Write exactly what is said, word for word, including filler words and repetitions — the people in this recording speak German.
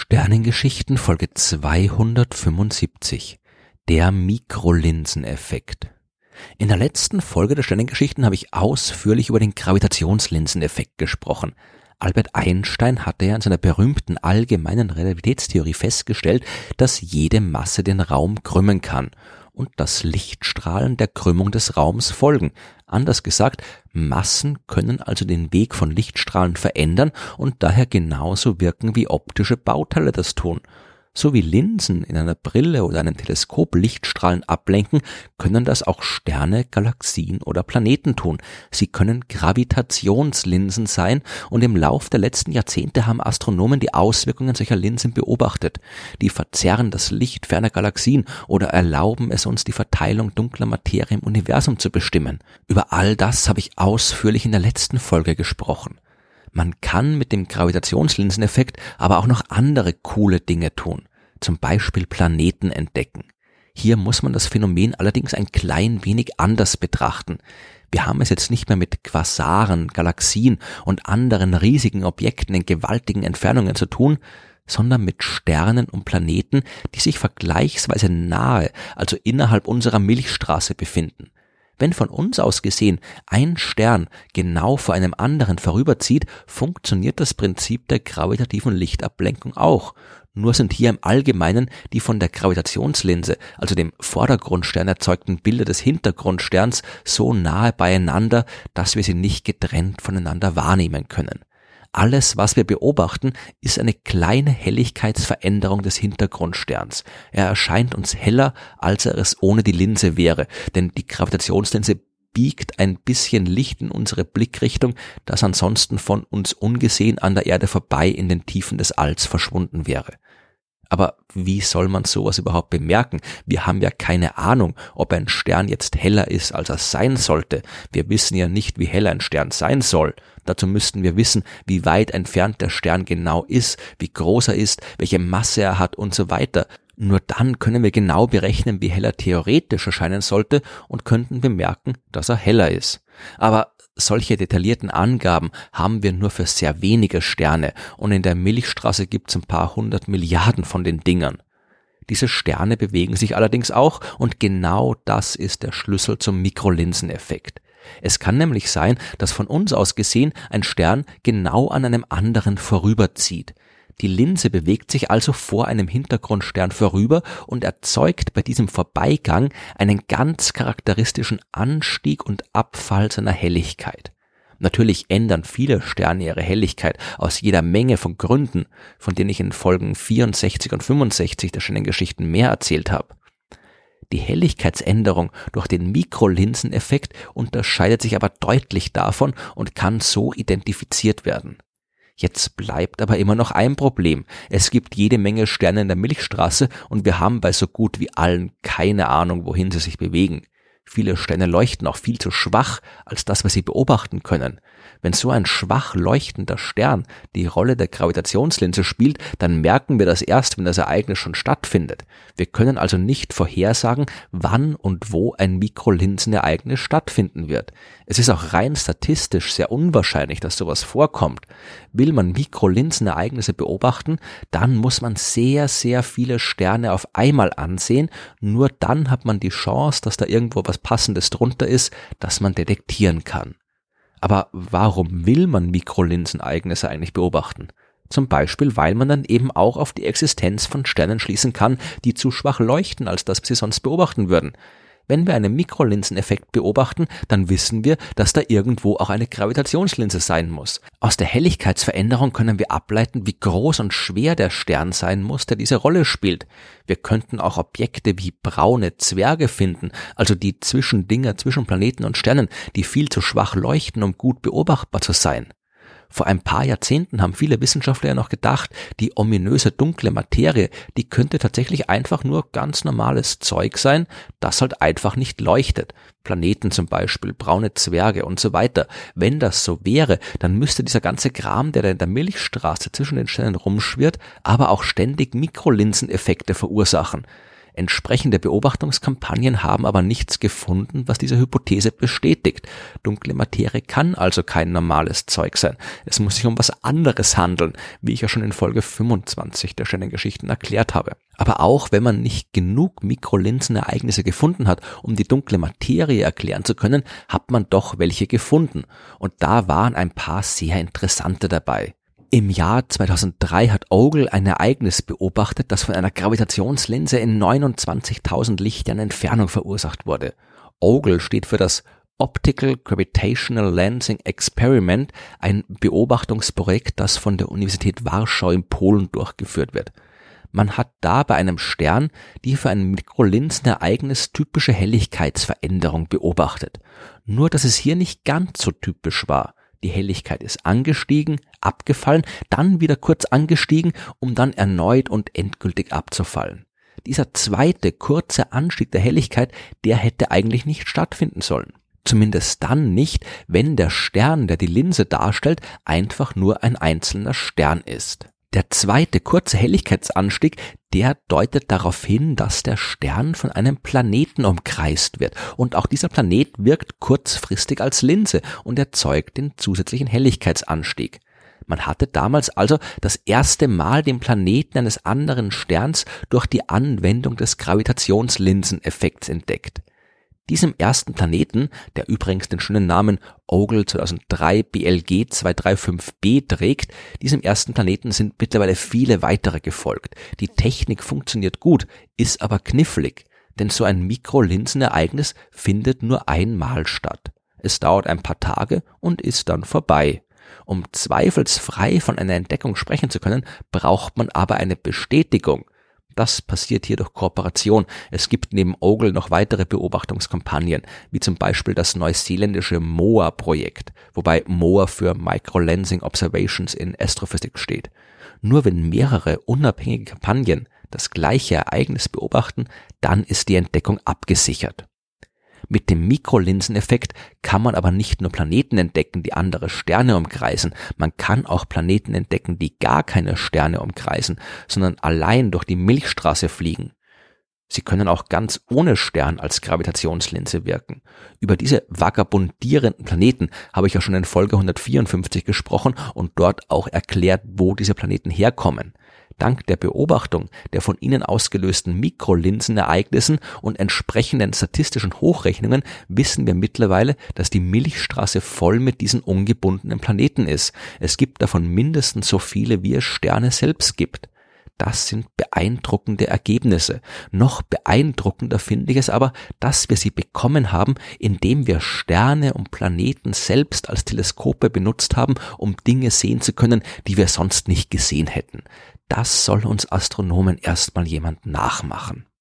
Sternengeschichten Folge zweihundertfünfundsiebzig. Der Mikrolinseneffekt. In der letzten Folge der Sternengeschichten habe ich ausführlich über den Gravitationslinseneffekt gesprochen. Albert Einstein hatte ja in seiner berühmten allgemeinen Relativitätstheorie festgestellt, dass jede Masse den Raum krümmen kann und dass Lichtstrahlen der Krümmung des Raums folgen. Anders gesagt, Massen können also den Weg von Lichtstrahlen verändern und daher genauso wirken, wie optische Bauteile das tun. So wie Linsen in einer Brille oder einem Teleskop Lichtstrahlen ablenken, können das auch Sterne, Galaxien oder Planeten tun. Sie können Gravitationslinsen sein und im Lauf der letzten Jahrzehnte haben Astronomen die Auswirkungen solcher Linsen beobachtet. Die verzerren das Licht ferner Galaxien oder erlauben es uns, die Verteilung dunkler Materie im Universum zu bestimmen. Über all das habe ich ausführlich in der letzten Folge gesprochen. Man kann mit dem Gravitationslinseneffekt aber auch noch andere coole Dinge tun, zum Beispiel Planeten entdecken. Hier muss man das Phänomen allerdings ein klein wenig anders betrachten. Wir haben es jetzt nicht mehr mit Quasaren, Galaxien und anderen riesigen Objekten in gewaltigen Entfernungen zu tun, sondern mit Sternen und Planeten, die sich vergleichsweise nahe, also innerhalb unserer Milchstraße befinden. Wenn von uns aus gesehen ein Stern genau vor einem anderen vorüberzieht, funktioniert das Prinzip der gravitativen Lichtablenkung auch. Nur sind hier im Allgemeinen die von der Gravitationslinse, also dem Vordergrundstern erzeugten Bilder des Hintergrundsterns so nahe beieinander, dass wir sie nicht getrennt voneinander wahrnehmen können. Alles, was wir beobachten, ist eine kleine Helligkeitsveränderung des Hintergrundsterns. Er erscheint uns heller, als er es ohne die Linse wäre, denn die Gravitationslinse biegt ein bisschen Licht in unsere Blickrichtung, das ansonsten von uns ungesehen an der Erde vorbei in den Tiefen des Alls verschwunden wäre. Aber wie soll man sowas überhaupt bemerken? Wir haben ja keine Ahnung, ob ein Stern jetzt heller ist, als er sein sollte. Wir wissen ja nicht, wie hell ein Stern sein soll. Dazu müssten wir wissen, wie weit entfernt der Stern genau ist, wie groß er ist, welche Masse er hat und so weiter. Nur dann können wir genau berechnen, wie hell er theoretisch erscheinen sollte und könnten bemerken, dass er heller ist. Aber solche detaillierten Angaben haben wir nur für sehr wenige Sterne und in der Milchstraße gibt's ein paar hundert Milliarden von den Dingern. Diese Sterne bewegen sich allerdings auch und genau das ist der Schlüssel zum Mikrolinseneffekt. Es kann nämlich sein, dass von uns aus gesehen ein Stern genau an einem anderen vorüberzieht. Die Linse bewegt sich also vor einem Hintergrundstern vorüber und erzeugt bei diesem Vorbeigang einen ganz charakteristischen Anstieg und Abfall seiner Helligkeit. Natürlich ändern viele Sterne ihre Helligkeit aus jeder Menge von Gründen, von denen ich in Folgen vierundsechzig und fünfundsechzig der Sternengeschichten mehr erzählt habe. Die Helligkeitsänderung durch den Mikrolinseneffekt unterscheidet sich aber deutlich davon und kann so identifiziert werden. Jetzt bleibt aber immer noch ein Problem. Es gibt jede Menge Sterne in der Milchstraße und wir haben bei so gut wie allen keine Ahnung, wohin sie sich bewegen. Viele Sterne leuchten auch viel zu schwach, als dass wir sie beobachten können. Wenn so ein schwach leuchtender Stern die Rolle der Gravitationslinse spielt, dann merken wir das erst, wenn das Ereignis schon stattfindet. Wir können also nicht vorhersagen, wann und wo ein Mikrolinsenereignis stattfinden wird. Es ist auch rein statistisch sehr unwahrscheinlich, dass sowas vorkommt. Will man Mikrolinsenereignisse beobachten, dann muss man sehr, sehr viele Sterne auf einmal ansehen. Nur dann hat man die Chance, dass da irgendwo was Passendes drunter ist, das man detektieren kann. Aber warum will man Mikrolinsenereignisse eigentlich beobachten? Zum Beispiel, weil man dann eben auch auf die Existenz von Sternen schließen kann, die zu schwach leuchten, als dass wir sie sonst beobachten würden. Wenn wir einen Mikrolinseneffekt beobachten, dann wissen wir, dass da irgendwo auch eine Gravitationslinse sein muss. Aus der Helligkeitsveränderung können wir ableiten, wie groß und schwer der Stern sein muss, der diese Rolle spielt. Wir könnten auch Objekte wie braune Zwerge finden, also die Zwischendinger zwischen Planeten und Sternen, die viel zu schwach leuchten, um gut beobachtbar zu sein. Vor ein paar Jahrzehnten haben viele Wissenschaftler ja noch gedacht, die ominöse dunkle Materie, die könnte tatsächlich einfach nur ganz normales Zeug sein, das halt einfach nicht leuchtet. Planeten zum Beispiel, braune Zwerge und so weiter. Wenn das so wäre, dann müsste dieser ganze Kram, der da in der Milchstraße zwischen den Sternen rumschwirrt, aber auch ständig Mikrolinseneffekte verursachen. Entsprechende Beobachtungskampagnen haben aber nichts gefunden, was diese Hypothese bestätigt. Dunkle Materie kann also kein normales Zeug sein. Es muss sich um was anderes handeln, wie ich ja schon in Folge fünfundzwanzig der Sternengeschichten erklärt habe. Aber auch wenn man nicht genug Mikrolinsenereignisse gefunden hat, um die dunkle Materie erklären zu können, hat man doch welche gefunden. Und da waren ein paar sehr interessante dabei. Im Jahr zweitausenddrei hat Ogle ein Ereignis beobachtet, das von einer Gravitationslinse in neunundzwanzigtausend Lichtjahren Entfernung verursacht wurde. Ogle steht für das Optical Gravitational Lensing Experiment, ein Beobachtungsprojekt, das von der Universität Warschau in Polen durchgeführt wird. Man hat da bei einem Stern die für ein Mikrolinsenereignis typische Helligkeitsveränderung beobachtet. Nur, dass es hier nicht ganz so typisch war. Die Helligkeit ist angestiegen, abgefallen, dann wieder kurz angestiegen, um dann erneut und endgültig abzufallen. Dieser zweite kurze Anstieg der Helligkeit, der hätte eigentlich nicht stattfinden sollen. Zumindest dann nicht, wenn der Stern, der die Linse darstellt, einfach nur ein einzelner Stern ist. Der zweite kurze Helligkeitsanstieg, der deutet darauf hin, dass der Stern von einem Planeten umkreist wird. Und auch dieser Planet wirkt kurzfristig als Linse und erzeugt den zusätzlichen Helligkeitsanstieg. Man hatte damals also das erste Mal den Planeten eines anderen Sterns durch die Anwendung des Gravitationslinseneffekts entdeckt. Diesem ersten Planeten, der übrigens den schönen Namen Ogle zweitausenddrei B L G zweihundertfünfunddreißig b trägt, diesem ersten Planeten sind mittlerweile viele weitere gefolgt. Die Technik funktioniert gut, ist aber knifflig, denn so ein Mikrolinsenereignis findet nur einmal statt. Es dauert ein paar Tage und ist dann vorbei. Um zweifelsfrei von einer Entdeckung sprechen zu können, braucht man aber eine Bestätigung. Das passiert hier durch Kooperation. Es gibt neben Ogle noch weitere Beobachtungskampagnen, wie zum Beispiel das neuseeländische MOA-Projekt, wobei MOA für Microlensing Observations in Astrophysik steht. Nur wenn mehrere unabhängige Kampagnen das gleiche Ereignis beobachten, dann ist die Entdeckung abgesichert. Mit dem Mikrolinseneffekt kann man aber nicht nur Planeten entdecken, die andere Sterne umkreisen, man kann auch Planeten entdecken, die gar keine Sterne umkreisen, sondern allein durch die Milchstraße fliegen. Sie können auch ganz ohne Stern als Gravitationslinse wirken. Über diese vagabundierenden Planeten habe ich ja schon in Folge hundertvierundfünfzig gesprochen und dort auch erklärt, wo diese Planeten herkommen. Dank der Beobachtung der von ihnen ausgelösten Mikrolinsenereignissen und entsprechenden statistischen Hochrechnungen wissen wir mittlerweile, dass die Milchstraße voll mit diesen ungebundenen Planeten ist. Es gibt davon mindestens so viele, wie es Sterne selbst gibt. Das sind beeindruckende Ergebnisse. Noch beeindruckender finde ich es aber, dass wir sie bekommen haben, indem wir Sterne und Planeten selbst als Teleskope benutzt haben, um Dinge sehen zu können, die wir sonst nicht gesehen hätten. Das soll uns Astronomen erstmal jemand nachmachen.